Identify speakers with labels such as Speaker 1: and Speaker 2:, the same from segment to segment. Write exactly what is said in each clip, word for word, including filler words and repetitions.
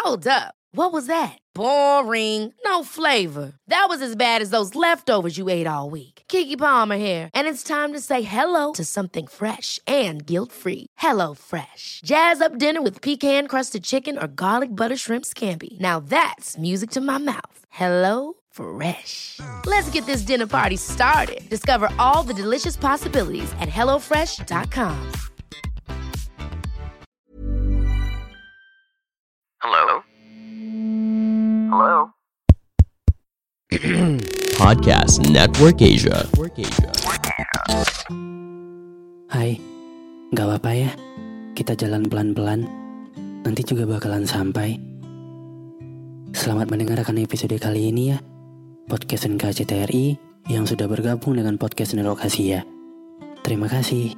Speaker 1: Hold up. What was that? Boring. No flavor. That was as bad as those leftovers you ate all week. Keke Palmer here, and it's time to say hello to something fresh and guilt-free. Hello Fresh. Jazz up dinner with pecan-crusted chicken or garlic butter shrimp scampi. Now that's music to my mouth. Hello Fresh. Let's get this dinner party started. Discover all the delicious possibilities at hello fresh dot com.
Speaker 2: Hello? Hello?
Speaker 3: Podcast Network Asia.
Speaker 4: Hai, gak apa-apa ya, kita jalan pelan-pelan, nanti juga bakalan sampai. Selamat mendengarkan episode kali ini ya, Podcast N K C T R I yang sudah bergabung dengan Podcast Network Asia. Terima kasih.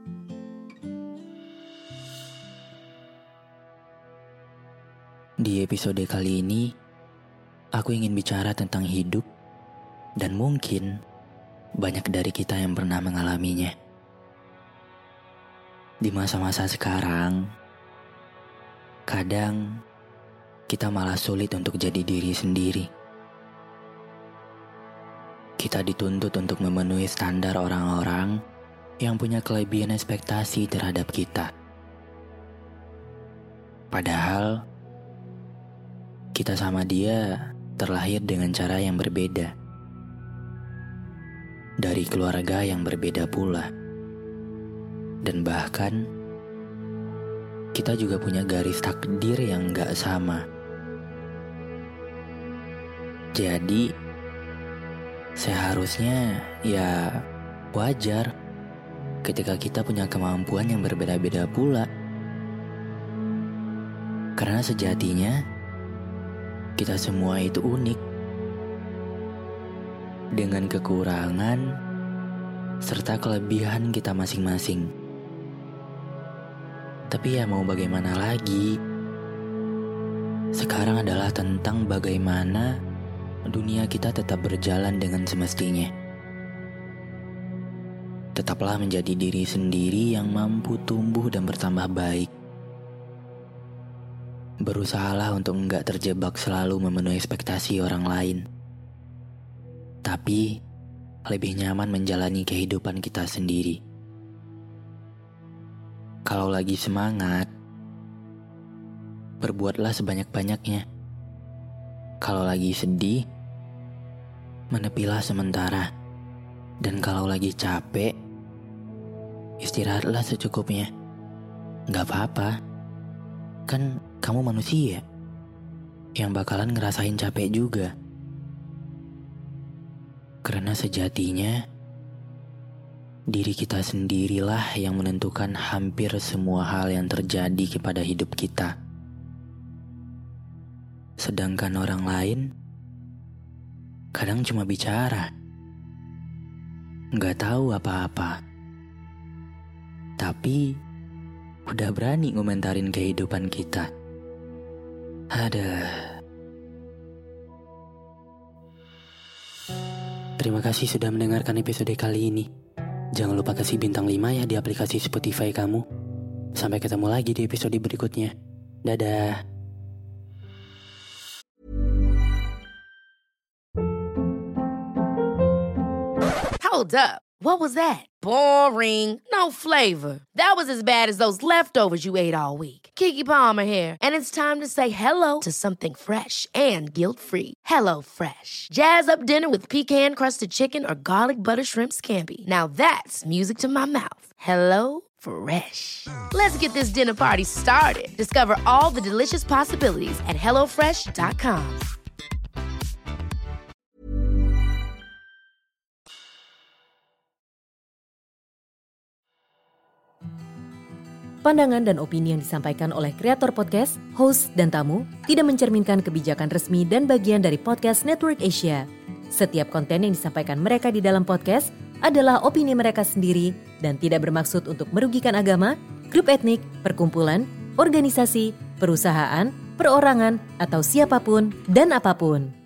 Speaker 4: Di episode kali ini, aku ingin bicara tentang hidup dan mungkin banyak dari kita yang pernah mengalaminya. Di masa-masa sekarang, kadang kita malah sulit untuk jadi diri sendiri. Kita dituntut untuk memenuhi standar orang-orang yang punya kelebihan ekspektasi terhadap kita. Padahal, kita sama dia terlahir dengan cara yang berbeda. Dari keluarga yang berbeda pula. Dan bahkan, kita juga punya garis takdir yang gak sama. Jadi, seharusnya ya wajar ketika kita punya kemampuan yang berbeda-beda pula. Karena sejatinya, kita semua itu unik, dengan kekurangan serta kelebihan kita masing-masing. Tapi ya mau bagaimana lagi? Sekarang adalah tentang bagaimana dunia kita tetap berjalan dengan semestinya. Tetaplah menjadi diri sendiri yang mampu tumbuh dan bertambah baik. Berusahalah untuk enggak terjebak selalu memenuhi ekspektasi orang lain. Tapi, lebih nyaman menjalani kehidupan kita sendiri. Kalau lagi semangat, berbuatlah sebanyak-banyaknya. Kalau lagi sedih, menepilah sementara. Dan kalau lagi capek, istirahatlah secukupnya. Gak apa-apa. Kan kamu manusia yang bakalan ngerasain capek juga. Karena sejatinya diri kita sendirilah yang menentukan hampir semua hal yang terjadi kepada hidup kita. Sedangkan orang lain kadang cuma bicara, gak tahu apa-apa, tapi udah berani ngomentarin kehidupan kita. Ada. Terima kasih sudah mendengarkan episode kali ini. Jangan lupa kasih bintang lima ya di aplikasi Spotify kamu. Sampai ketemu lagi di episode berikutnya. Dadah.
Speaker 1: Hold up. What was that? Boring. No flavor. That was as bad as those leftovers you ate all week. Keke Palmer here, and it's time to say hello to something fresh and guilt-free. Hello Fresh. Jazz up dinner with pecan-crusted chicken or garlic butter shrimp scampi. Now that's music to my mouth. Hello Fresh. Let's get this dinner party started. Discover all the delicious possibilities at hello fresh dot com.
Speaker 5: Pandangan dan opini yang disampaikan oleh kreator podcast, host, dan tamu tidak mencerminkan kebijakan resmi dan bagian dari Podcast Network Asia. Setiap konten yang disampaikan mereka di dalam podcast adalah opini mereka sendiri dan tidak bermaksud untuk merugikan agama, grup etnik, perkumpulan, organisasi, perusahaan, perorangan, atau siapapun dan apapun.